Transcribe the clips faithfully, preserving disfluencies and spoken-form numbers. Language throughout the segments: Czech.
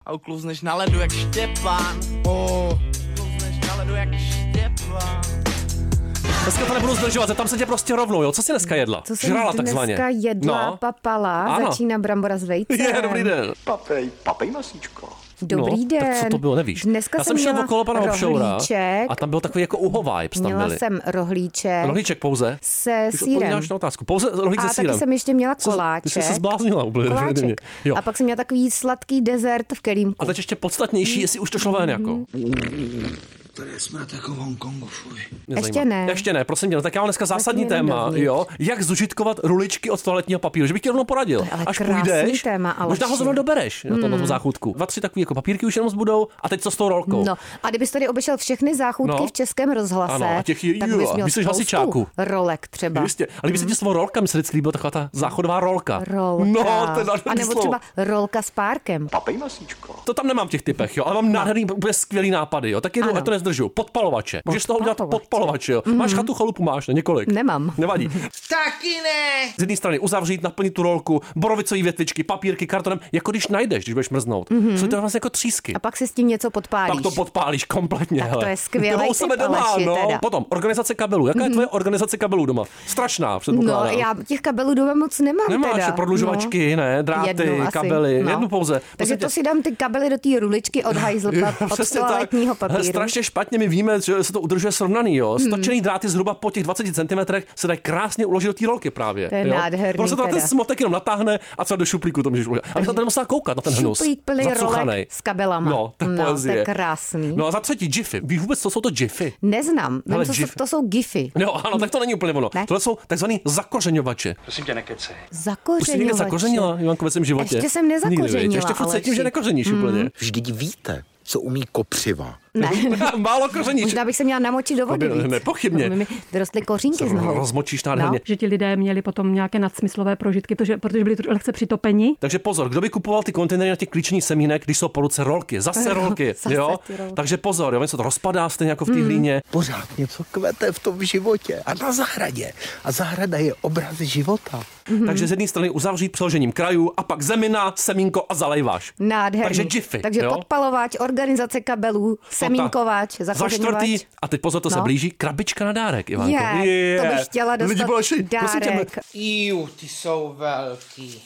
A ukluzneš na ledu jak Štěpán. Oh. Ukluzneš na ledu jak Štěpán. Dneska to nebudu zdržovat, tam se tě prostě rovnou, jo? Co jsi dneska jedla? Co jsem Žrala dneska takzvaně. jedla, no. papala, ano. začíná brambora s vejcem. Je, dobrý den. Papej, papej masíčko. Dobrý no, den. Tak co to bylo, nevíš? Dneska Já jsem šel okolo pana Obšoura a tam byl takový jako uho vibes tam Měla byli. jsem rohlíček. Rohlíček pouze? Se Ty sýrem. na otázku. Pouze rohlík a se sýrem. taky jsem ještě měla Co, koláček. ty jsi se zbláznila úplně. Koláček. Jo. A pak jsem měla takový sladký dezert v kelímku. A teď ještě podstatnější, jestli už to šlo ven jako. Tady jsme jako v Hongkongu, fuj. Ještě ne. Ještě ne, prosím tě, no tak já mám dneska zásadní Tak téma, dovnitř. jo, jak zužitkovat ruličky od toaletního papíru, že bych ti rovnou poradil. ale Až krásný půjdeš, téma, Aleši. možná ho zrovna dobereš na, to, na tu záchůdku. Dva, tři takový jako papírky už jenom zbudou a teď co s tou rolkou. No, a kdybys tady obešel všechny záchůdky No. v Českém rozhlase, Ano, a těch je- tak jo, bys měl myslíš spoustu hasičáků. rolek třeba. Jistě, ale kdyby se ti s tou rolka, mi se vždycky líbila taková ta záchodová rolka. Rolka. No, to je nádherný a nebo slovo. třeba rolka s párkem. Papej masíčko. To tam nemám v těch typech, jo, ale mám nádherný, úplně skvělý nápady, jo. Tak jedu, Ano. ať to nezdržu. Podpalovače. Můžeš z toho udělat Podpalovače. podpalovače, jo. Máš chatu, chalupu, máš, ne, několik. Nemám. Nevadí. Taky ne. Z jedné strany uzavřít, naplnit tu rolku, borovicové větvičky, papírky, kartonem, jako když najdeš, když budeš mrznout. Mm-hmm. Jsou to vlastně jako třísky. A pak si s tím něco podpálíš. Pak to podpálíš kompletně. Tak to hele. je skvělej Nebo u tip, sebe doma, Aleši, no. teda. Potom organizace kabelů. Jaká je tvoje organizace kabelů doma? Strašná, předpokládám. No, já těch kabelů doma moc nemám Nemáš teda. prodlužovačky, no. ne, dráty, Jednu asi, kabely, no. jednu pouze. Takže Prostě to tě- si dám ty kabely do té ruličky od hajzl, od Přesně toaletního tak. papíru. Strašně špatně my víme, že se to udržuje srovnaný, jo. Stočený dráty zhruba po těch dvaceti centimetrech se dají krásně uložit do té rolky právě. To je jo? nádherný Prostě to na ten teda. smotek jenom natáhne a třeba do šuplíku to můžeš uložit. A bych tam tady musela koukat na ten hnus. Šuplík plný Zacuchanej. rolek s kabelama. No, to je no, poezie. to je krásný. No a za třetí GIFy. Víš vůbec, co jsou to GIFy? Neznám. Vím, Ale co jsou, gif. to jsou gify. No, ano, tak to není úplně ono. Ne? Tohle jsou takzvaný zakořeňovače. Prosím tě, nekecej. Už jsi někde Zakořeňovače. zakořenila, Ivanko, ve svém životě? Ještě jsem Nikdy, viď? nezakořenila, Ještě furt cítím, Aleši. že nekořeníš úplně. Vždyť víte, co umí kopřiva. Ne. Málo kořeníš. Možná bych se měla namočit do vody Ne- víc. nepochybně. Aby mi vyrostly kořínky z nohou. Rozmočíš nádherně. No. Že ti lidé měli potom nějaké nadsmyslové prožitky, to, že, protože byli lehce přitopeni. Takže pozor, kdo by kupoval ty kontejnery na těch klíčených semínek, když jsou po ruce rolky, zase rolky, Zase jo? ty rolky. Takže pozor, jo, se to rozpadá stejně jako v té hlíně. Pořád něco kvete v tom životě a na zahradě. A zahrada je obraz života. Takže z jedné strany uzavřít přeložením krajů a pak zemina, semínko a zalejváš. Nádherný. Takže GIFy, Takže jo? podpalovač, organizace kabelů, semínkovač, Za zakořeňovač. čtvrtý, a teď pozor, to se No. blíží, krabička na dárek, Ivanko. Je, to bych chtěla dostat Lidi boleši, prosím tě, dárek. Iu, ty jsou velký.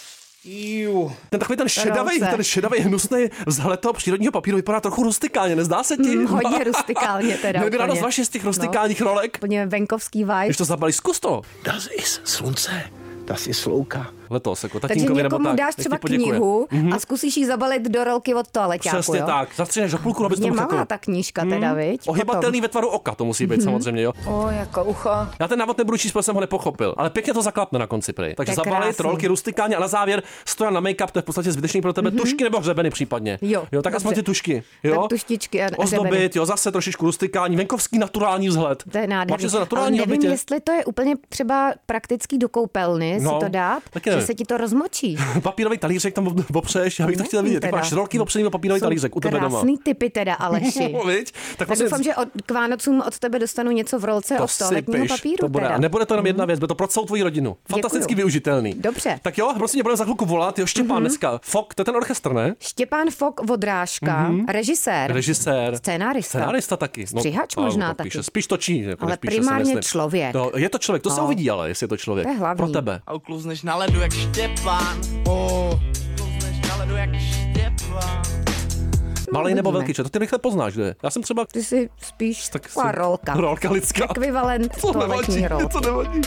Iu. ten takový ten šedavý, Rolce. ten šedavý hnusný vzhled toho přírodního papíru vypadá trochu rustikálně, nezdá se ti? Mm, hodně rustikálně teda. Měl by radost úplně. vaše z těch rustikálních no. rolek. Úplně venkovský vibe. Když to zabalíš, zkus to. Das ist slunce, das ist louka. Letos, jako Takže tatínkovi nebo někomu tak. dáš nech ti třeba poděkuje. knihu a zkusíš ji zabalit do rolky od toaleťáku, Přesně jo? tak. Zastříneš do půlku, abys to Je mohl malá jako... ta knížka teda, viď? Ohybatelný ve tvaru oka, to musí být samozřejmě, jo. O, jako ucho. Já ten návod nebudu číst, protože jsem ho nepochopil, ale pěkně to zaklapne na konci prej. Takže To je zabalit krásný. rolky rustikálně a na závěr stojan na make-up, to je v podstatě zbytečný pro tebe, tušky nebo hřebeny případně. Jo, jo tak aspoň dobře. ty tušky, jo. Tak tuštičky a hřebeny. Ozdobit, jo, zase trošičku rustikální, venkovský naturální vzhled. To je nádherný. Máš něco Ale naturální nevím, obytě? jestli to je úplně třeba praktický do koupelny No, si to dát, taky že nevím. se ti to rozmočí. Papírový talířek tam opřeš, já bych to chtěl vidět. Jak Teda. máš velký opřený papírový Jsou talířek u tebe doma. krásný typy teda, Aleši. Viď? Tak Tak vlastně doufám, že od, k Vánocům od tebe dostanu něco v rolce to od toaletního sypiš, papíru. to bude. teda. A nebude to jenom jedna věc, bude to pro celou tvoji rodinu. Fantasticky Děkuju. využitelný. Dobře. Tak jo, prosím, budeme za chvilku volat. Jo, Štěpán dneska. Fok, to je ten orchestr, ne? Štěpán Fok Vodrážka, režisér, Režisér. Scénárista. Scénárista taky. Střihač ale možná to taky. Píše. Spíš točí. Jako Ale nespíše, si primárně myslím. člověk. No, je to člověk, to se No. uvidí, ale jestli je to člověk. To je hlavní. Pro tebe. A ukluzneš na ledu jak Štěpán. Oh. Ukluzneš na ledu jak Štěpán. Malej nebo uvidíme. velký čet, to ty rychle poznáš, že? Já jsem třeba Ty jsi spíš tak taková rolka. Rolka lidská. Ekvivalent Co nevadí, toaletní rolky. něco nevadí.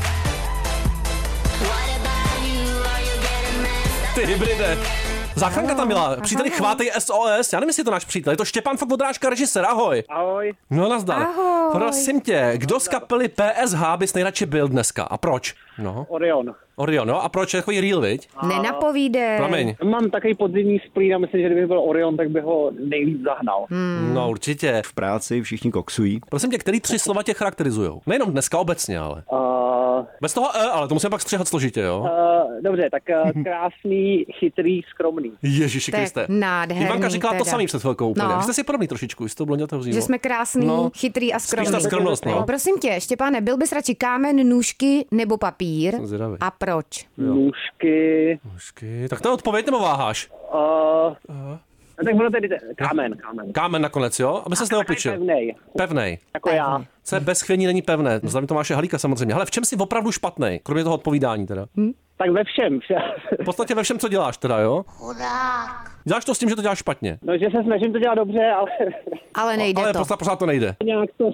Ty hybride. Záchranka tam byla. Příteli, chvátej S O S. Já nevím, jestli je to náš přítel. Je to Štěpán Fok Vodrážka, režisér. Ahoj. Ahoj. No nazdar. Ahoj. Prosím tě, kdo z kapely P S H bys nejradši byl dneska? A proč? No, Orion. Orion, no a proč? Je takový real, viď? Nenapovídej. Promiň. Mám takový podzimní splín a myslím, že kdyby byl Orion, tak by ho nejlíp zahnal. Hmm. No určitě. V práci všichni koksují. Prosím tě, který tři slova tě charakterizujou? Nejenom dneska obecně, ale. Uh, Bez toho E, ale to musím pak střihat složitě, jo? uh, dobře, tak uh, krásný, chytrý, skromný. Ježiši To je Kriste. nádherný Ivanka říkala to teda. samý před chvilkou úplně. No. Vy jste si podobný trošičku, jste to blondětého Že vzýval. jsme krásný, No. chytrý a skromný. Spíš ta skromnost, no. Prosím tě, Štěpáne, byl bys radši kámen, nůžky nebo papír? Jsem zvědavý. A proč? Nůžky. Počkej, tak to je odpověď nebo váháš? Uh, Tak bylo tedy kámen, kámen. Kámen nakonec, jo? Aby ses neopičil. Pevnej, Pevnej. jako já. Co je bez chvění, není pevné. Zdravím Tomáše Halíka samozřejmě. Hele, v čem jsi opravdu špatnej? Kromě toho odpovídání teda. Hm? Tak ve všem. V podstatě ve všem, co děláš teda, jo? Chudák. Děláš to s tím, že to děláš špatně. No, že se snažím to dělat dobře, ale Ale nejde Ale to. pořád, pořád to nejde. nějak to...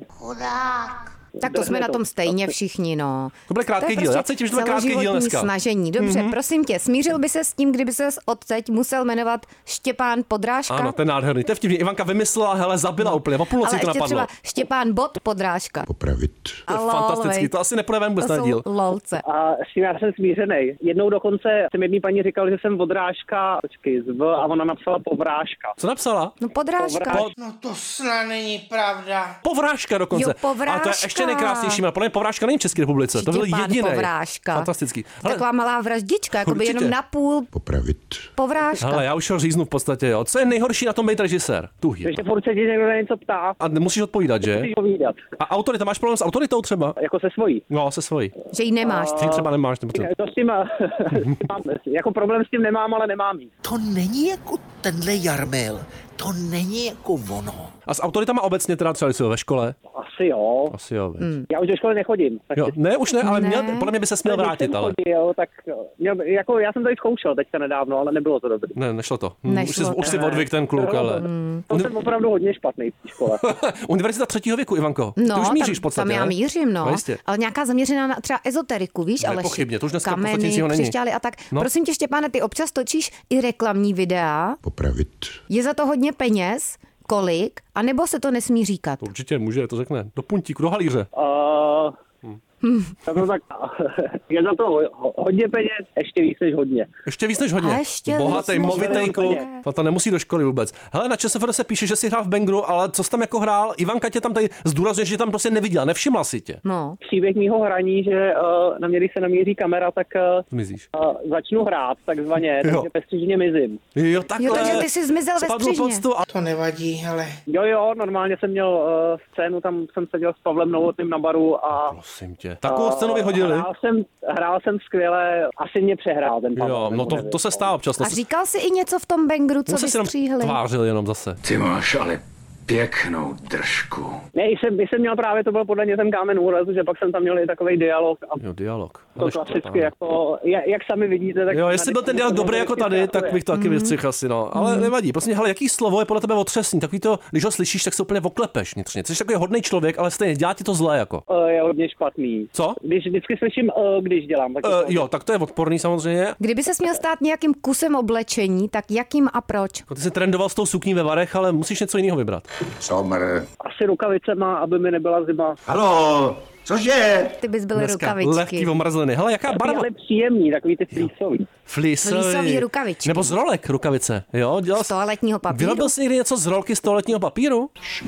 Chudák. Tak to jsme na tom stejně všichni, no. To byl krátký je díl. Já cítím, že to byl krátký díl celoživotní dneska. snažení. Dobře, mm-hmm. prosím tě, smířil by se s tím, kdyby se odteď musel jmenovat Štěpán Podrážka? Ano, ten nádherný. To je vtipný. Ivanka vymyslela, hele, zabila úplně. O půlnoci Ale to ještě napadlo. třeba Štěpán Bod Podrážka. Popravit. A lol, Fantastický. vej. To asi nepůjde ven vůbec To ten jsou díl. lolce. A s tím já jsem smířenej. Jednou dokonce jsem jedný paní říkal, že jsem odrážka, počkej, z V a ona napsala povrážka. Co napsala? No Podrážka. Povrážka. No to snad není pravda. Povrážka dokonce. Jo, povrážka. A to je ještě nejkrásnější. Ale podle mě povrážka není v České republice. To byl Štěpán jediný. Povrážka. Fantastický. Hele, Taková malá vraždička, jako by Určitě. jenom napůl Popravit. povrážka. hele, já už ho říznu v podstatě, jo. Co je nejhorší na tom být režisér? Tuhý. Takže furt se ti někdo na něco ptá, A musíš odpovídat, že? musíš povídat. A autorita, máš problém s autoritou třeba? Jako se svojí. No, se svojí. Že ji nemáš. Ty třeba nemáš. Nebo to... To s tím, mám, jako problém s tím nemám, ale nemám jí. To není jako tenhle Jarmil. To není jako ono. A s autoritama obecně teda třeba jsi ve škole? Asi jo. Asi jo. Hmm. Já už do školy nechodím. Tak Jo, ne, už ne, ale Ne. měl, podle mě by se směl Když vrátit, jsem ale. Chodil, tak měl, jako já jsem to i zkoušel teďka nedávno, ale nebylo to dobrý. Ne, nešlo to. Hm, Nešlo už si, to. už si odvyk ten kluk, ale. To jsem opravdu hodně špatný v té škole. Univerzita třetího věku, Ivanko. No, Ty už míříš tam, v podstatě, tam já ne? mířím, no. No, jistě. Ale nějaká zaměřená na třeba ezoteriku, víš, ale Nepochybně, to už dneska v podstatě nic kameny, jiného není. křišťály a tak. No. Prosím tě, Štěpáne, ty občas točíš i reklamní videa. Popravit. Je za to hodně peněz? Kolik? A nebo se to nesmí říkat? To určitě může, to řekne. Do puntíku, do halíře. Uh, Hm. tak to tak, je za to ho, ho, hodně peněz, ještě víc než hodně. Ještě víc než hodně. A ještě Bohatý, víc než movitej hodně. kluk. To nemusí do školy vůbec. Hele, na ČSFD se píše, že si hrál v Bangru, ale co jsi tam jako hrál? Ivanka tě tam tady zdůrazňuje, že tě tam prostě neviděla, nevšimla si tě. No. Příběh mýho hraní, že uh, na mě, když se namíří kamera, tak uh, Zmizíš. uh, začnu hrát takzvaně, Jo. takže ve střižině mizím. Jo, takhle. Jo, takže ty jsi zmizel ve Spadl střižně. pod stůl a To nevadí, ale Jo, jo, normálně jsem měl uh, scénu, tam jsem seděl s Pavlem Novotným na baru a prosím tě. Takovou scénu vyhodili. hrál jsem, hrál jsem skvěle, asi mě přehrál ten Pavel. Jo, no nebo to, nevím, to se stává občas. To A se, říkal jsi i něco v tom Bangru, co to se si jenom vystříhli? tvářil jenom zase. Ty máš ale pěknou držku. Ne, jsem, jsem měl právě, to byl podle mě ten kámen úrazu, že pak jsem tam měl i takový dialog a Jo, dialog. to Hele, klasicky, Štěpáne. jako, jak, jak sami vidíte, tak... Jo, jestli byl ten dialog dobrý jako tady, tak bych to taky Mhm. vystřihl asi, no. Ale nevadí. Prostě, hele, jaký slovo je podle tebe otřesný? Takový to, když ho slyšíš, tak se úplně oklepeš vnitřně. Jsi takový hodný člověk, ale stejně dělá ti to zlé jako. Uh, je hodně špatný. Co? Když vždycky slyším, uh, když dělám, tak... Uh, jo, tak to je odporný samozřejmě. Kdyby se měl stát nějakým kusem oblečení, tak jakým a proč? Jako ty jsi trendoval s tou sukní ve Varech, ale musíš něco jiného vybrat. Somr. Asi rukavice má, aby mi nebyla zima. Halo, cože? Ty bys byl Dneska rukavičky. lehký omrzliny. Hele, jaká barva? Ale příjemný, takový ty flísový. Fleeceový. Fleeceový rukavičky. Nebo z rolek rukavice. Jo, dělal Z toaletního papíru. Vyrobil jsi někdy něco z rolky z toaletního papíru?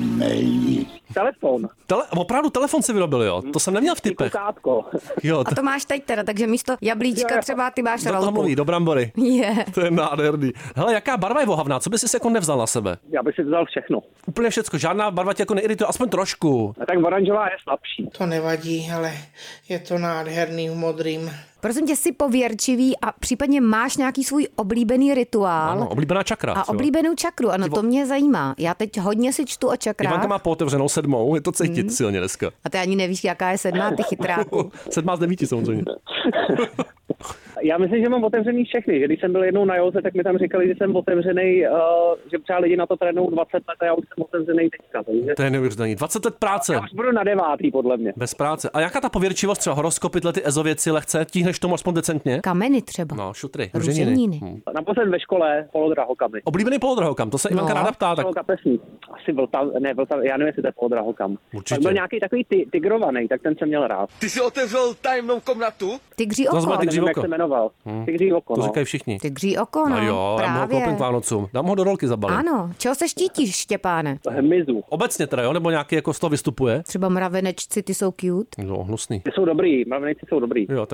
Telefon. Tele, opravdu telefon si vyrobil, jo? To jsem neměl v typech. Kukátko. Jo, A to máš teď teda, takže místo jablíčka Jo, jo. třeba ty máš do toho rolku. mluví, do brambory. Je. To je nádherný. Hele, jaká barva je vohavná? Co bys si jako nevzal na sebe? Já bych si vzal všechno. Úplně všecko, žádná barva tě jako neirituje, aspoň trošku. A tak oranžová je slabší. to nevadí, ale je to nádherný v modrým. Prosím tě, jsi pověrčivý a případně máš nějaký svůj oblíbený rituál Ano, oblíbená čakra. a třeba. oblíbenou čakru. Ano, to mě zajímá. Já teď hodně si čtu o čakrách. Ivanka má pootevřenou sedmou, je to cítit Hmm. silně dneska. A ty ani nevíš, jaká je sedmá, ty chytráku. Sedmá z devíti samozřejmě. Já myslím, že mám otevřený všechny, že když jsem byl jednou na józe, tak mi tam říkali, že jsem otevřený, uh, že třeba lidi na to trénují dvacet let a já už jsem otevřený teďka. Takže To je neuvěřitelný. dvacet let práce. já už budu na devátý, podle mě. Bez práce. A jaká ta pověrčivost, třeba horoskopy, tyhle ty ezověci lehce, tíhneš tomu aspoň decentně? Kameny třeba. No, šutry, Růženiny. Hm. Naposled ve škole polodrahokamy. Oblíbený polodrahokam, to se Ivanka No. ráda ptá. Tak Kapesní. Asi Vltav, ne, Vltav, já nevím, jestli to je polodrahokam. Určitě. Tak byl nějaký takový ty, tigrovaný, tak ten jsem měl rád. Ty jsi otevřel tajemnou komnatu? Tygří To oko. znamená tygří Nevím, oko. jak se jmenoval. Tygří oko, to no. říkají všichni. Tygří oko, no, No jo, já mu ho právě. koupím k Vánocům. Dám ho do rolky zabalit. Ano, čeho se štítíš, Štěpáne? Hmyzu. Obecně teda, jo? Nebo nějaký jako z toho vystupuje? Třeba mravenečci, ty jsou cute. Jo, hnusný. Ty jsou dobrý, mravenejci jsou dobrý. Jo, takže spíš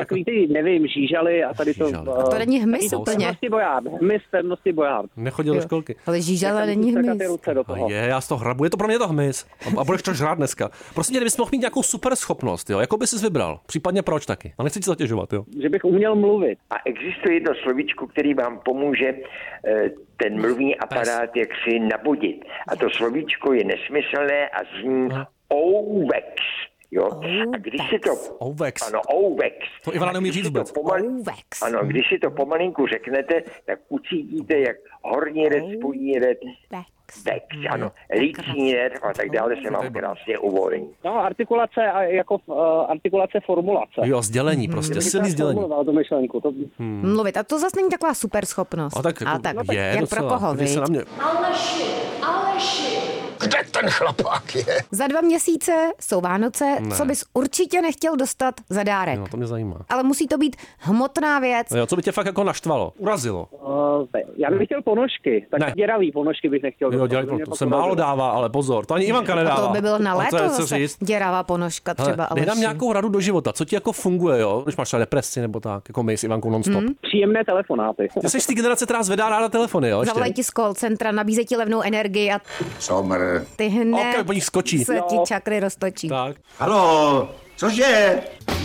takový ty, nevím, žížaly a tady to... Žížaly. Uh, A to není hmyz to úplně. Pevnosti bojár, hmyz pevnosti bojár. Nechodil do školky. Ale žížala Nechám není strkat hmyz. ty ruce do toho. A je, já z toho hrabu, je to pro mě to hmyz. A, a budeš to žrát dneska. Prostě kdybys mohl mít nějakou super schopnost, jo? Jakou bys si vybral? Případně proč taky? A nechci ti zatěžovat, jo? Že bych uměl mluvit. A existuje jedno slovíčko, který vám pomůže eh, ten mluvní aparát jaksi nabudit. A to slovíčko je nesmyslné a zní ouvex. Jo? A když si to... Ouvex. Ano, ouvex. To Ivana neumí Když říct si to vůbec. pomal- Ouvex. Ano, když si to pomalinku řeknete, tak ucítíte, jak horní red, spodní red, vex, ano, líční red a tak dále se vám krásně uvolní. No, artikulace a jako uh, artikulace formulace. Jo, sdělení prostě, silný sdělení. Formuloval tu myšlenku. To... Hmm. Mluvit. A to zase není taková super schopnost. A tak, jako, A tak je jak docela. pro koho, Podívej se viď? na mě. Aleši, Aleši. Kde ten chlapák je? Za dva měsíce jsou Vánoce, Ne. co bys určitě nechtěl dostat za dárek. No, to mě zajímá. Ale musí to být hmotná věc. No jo, co by tě fakt jako naštvalo? Urazilo? Uh, já bych chtěl ponožky, tak Ne. děravý ponožky bych nechtěl. Jo, dostat, dělej, to by mě to pak se málo urazilo. dává, ale pozor, to ani Ivanka A nedává. to by bylo na A léto to je co zase říct. děravá ponožka třeba. Hele, dej nám Aleši. nějakou radu do života, co ti jako funguje, jo? Když máš třeba depresi nebo tak, jako my s Ivankou nonstop. Hmm? Příjemné telefonáty. Ty jsi z té generace, která zvedá ráda telefony, jo? Zavolají Ještě? ti z call centra, nabízejí ti levnou energii a Somr. ty hned Ok, po nich skočí. se ti čakry roztočí. Tak. Halo, cože?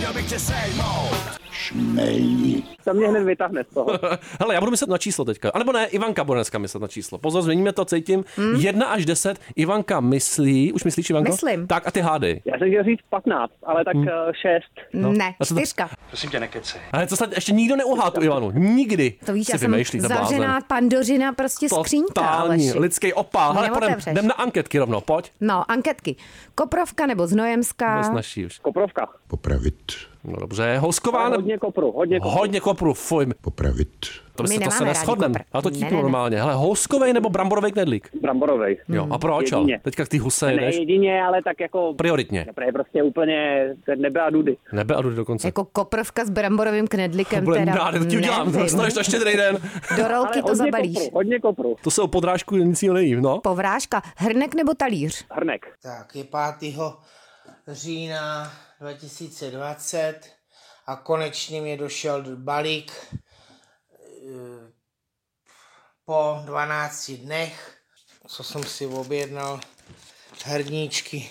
Šmelí. To mě hned vytáhne z toho. Hele, já budu myslet na číslo teďka. A nebo ne, Ivanka bude dneska myslet na číslo. Pozor, změníme to, cítím. Hmm? Jedna až deset, Ivanka myslí, už myslíš, Ivanko? Myslím. Tak a ty hádej. Já jsem chtěl říct patnáct, ale tak hmm. šest. Ne, Já jsem to- čtyřka. Prosím tě, nekecej. Ale to snad ještě nikdo neuhá tu Ivanu. Nikdy. To víš, si já jsem vymýšlí za zavřená blázen. pandořina prostě skřínka, Totální Aleši. lidský opál. Hele, půjdem, Neotevřeš. jdem na anketky rovnou, pojď. No, anketky. Koprovka nebo To Znojemská? je snažší už. Koprovka. Popravit. No dobře, Housková nebo... Hodně kopru, hodně kopru. Hodně kopru, fuj. Popravit. To, My se, to se nemáme rádi neschodnem. kopr. A to Ne, típnu ne, ne. normálně. Hele, houskovej nebo bramborový knedlík? Bramborovej. Jo, a proč? ale? Jedině. Teďka k ty huse Ne jedeš? jedině, ale tak jako... Prioritně. To je prostě úplně nebe a dudy. Nebe a jdu dokonce. Jako koprovka s bramborovým knedlíkem Bude teda. rád, to ti udělám. nevím. Dostaneš to štědrý den. Do rolky to hodně zabalíš. kopru, hodně kopru. To se o podrážku nic jiného nejí, no. Povrážka. Hrnek nebo talíř? Hrnek. Tak je pátého října dva tisíce dvacet a konečně mi došel balík eh, po dvanácti dnech, co jsem si objednal hrníčky,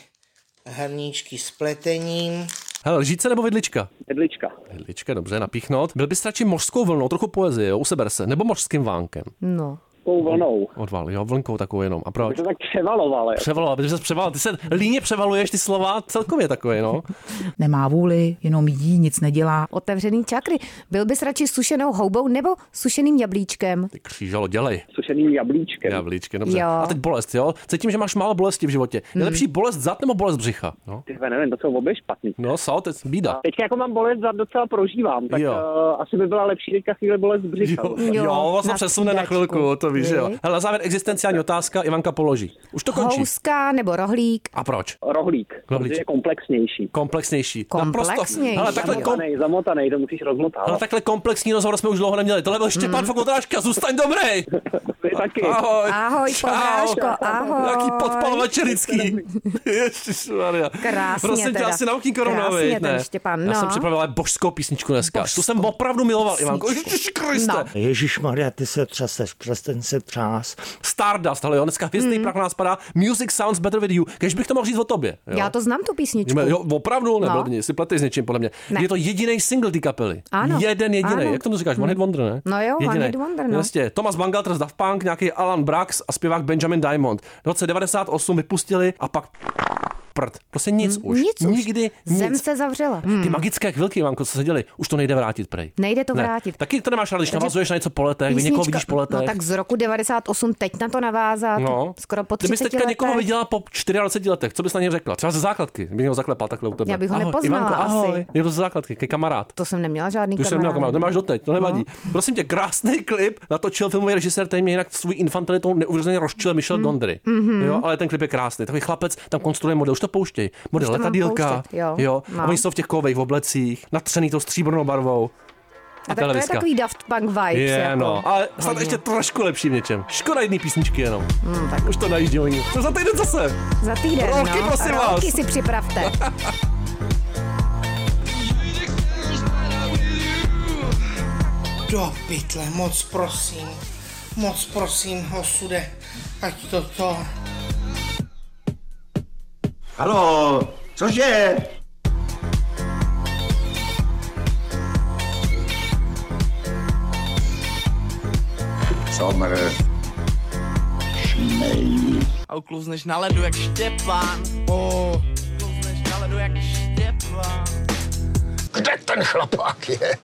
hrníčky s pletením. Hele, lžíce nebo vidlička? Jedlička. Vidlička, dobře, napíchnout. Byl bys radši mořskou vlnou, trochu poezie, jo, useber se, nebo mořským vánkem? No. Tou vlnou. Odval, jo, vlnkou takovou jenom. A proč? To tak převaloval. jo. Převaloval, protože se převal. Ty se líně převaluješ ty slova celkově takové, no. Nemá vůli, jenom jí, nic nedělá. Otevřený čakry. Byl bys radši sušenou houbou nebo sušeným jablíčkem? Ty křížalo, dělej. Sušeným jablíčkem. Jablíčky, dobře. Jo. A teď bolest, jo? Cítím, že máš málo bolesti v životě. Je lepší bolest zad nebo bolest břicha? No, Ty nevím, to jsou obě špatný. no so, to je bída. Teďka jako mám bolest zad docela prožívám, tak Jo. uh, asi by byla lepší teďka chvíli bolest břicha. Jo, Jo, jo, vlastně na přesune na střídačku. chvilku, to víš, jo. Vy? Hele, závěr existenciální otázka, Ivanka položí. Už to končí. Houska nebo rohlík? A proč? Rohlík, Rohlík. protože je komplexnější. Komplexnější. Komplexnější. Hele, takhle, kom, Zamotanej, zamotanej, to musíš rozmotávat. hele, takhle komplexní rozhovor jsme už dlouho neměli. Tohle byl Štěpán mm. Fokotráška, zůstaň dobrý. Ty taky. Ahoj. Ahoj, Čau. Povráško, ahoj. Jaký podpalovač lidský. Ježišmarja. Krásně Prosím tě, teda. asi na okýnko rovnou, Krásně viď, ten ne? Štěpán, Já no. jsem připravil ale božskou písničku dneska. Božskou Tu jsem opravdu miloval, Ivanko. Ježiši Kriste. No. Ježišmarja, ty se třeseš, přes ten se třás. Stardust, ale jo, dneska hvězdný mm. prach nás padá. Music sounds better with you. Kež bych to mohl říct o tobě. Jo? Já to znám, tu písničku. Jo, opravdu, nebo No. no. si pletej s něčím, podle mě. Ne. Je to jediný single té kapely. Ano. Jeden jediný. Ano. Jak tomu říkáš? One hit wonder, ne? No jo, one Jedinej. hit wonder, no. Vlastně, Thomas Bangalter z Daft Punk, nějaký Alan Brax a zpěvák Benjamin Diamond. V roce devadesát osm vypustili a pak prd. Prostě nic už. Nic už. Nikdy Zem nic. se zavřela. Ty Hmm. magické chvilky, Ivanko, co se děli, už to nejde vrátit, prej. Nejde to Ne. vrátit. Taky to nemáš rád, když Takže navazuješ na něco po letech, vy někoho vidíš po letech. No tak z roku devadesát osm teď na to navázat. No. Skoro po Ty bys třiceti teďka někoho letech. viděla po dvaceti letech, co bys na něj řekla? Třeba ze základky, bych ho zaklepal takhle u tebe. Já bych ho ahoj, nepoznala Ivanko, ahoj. asi. Je to ze základky, ke kamarád. To jsem neměla žádný Ty už jsem měl kamarád, nemáš doteď, to nevadí. No. Prosím tě, krásný klip natočil filmový režisér, který mě jinak svůj infantilitou neuvěřitelně rozčil Michel mm. Gondry. Mm-hmm. Jo, ale ten klip je krásný. Takový chlapec tam konstruuje model, už to pouštěj. Model Už to mám letadýlka, pouštět, jo. jo. No. A oni jsou v těch kovových oblecích, natřený tou stříbrnou barvou. A tak to je takový Daft Punk vibes. Je, jako. no, ale snad Hodně. ještě trošku lepší v něčem. Škoda jedný písničky jenom. Hmm, tak Už to najíždí oni. Co za týden zase? za týden, Rolky, no. prosím vás. Rolky si připravte. Do pytle, moc prosím. Moc prosím, osude, ať to to... Haló, cože? Somr. Šmej. A ukluzneš na ledu jak Štěpán. Oh. Ukluzneš na ledu jak Štěpán. Kde ten chlapák je?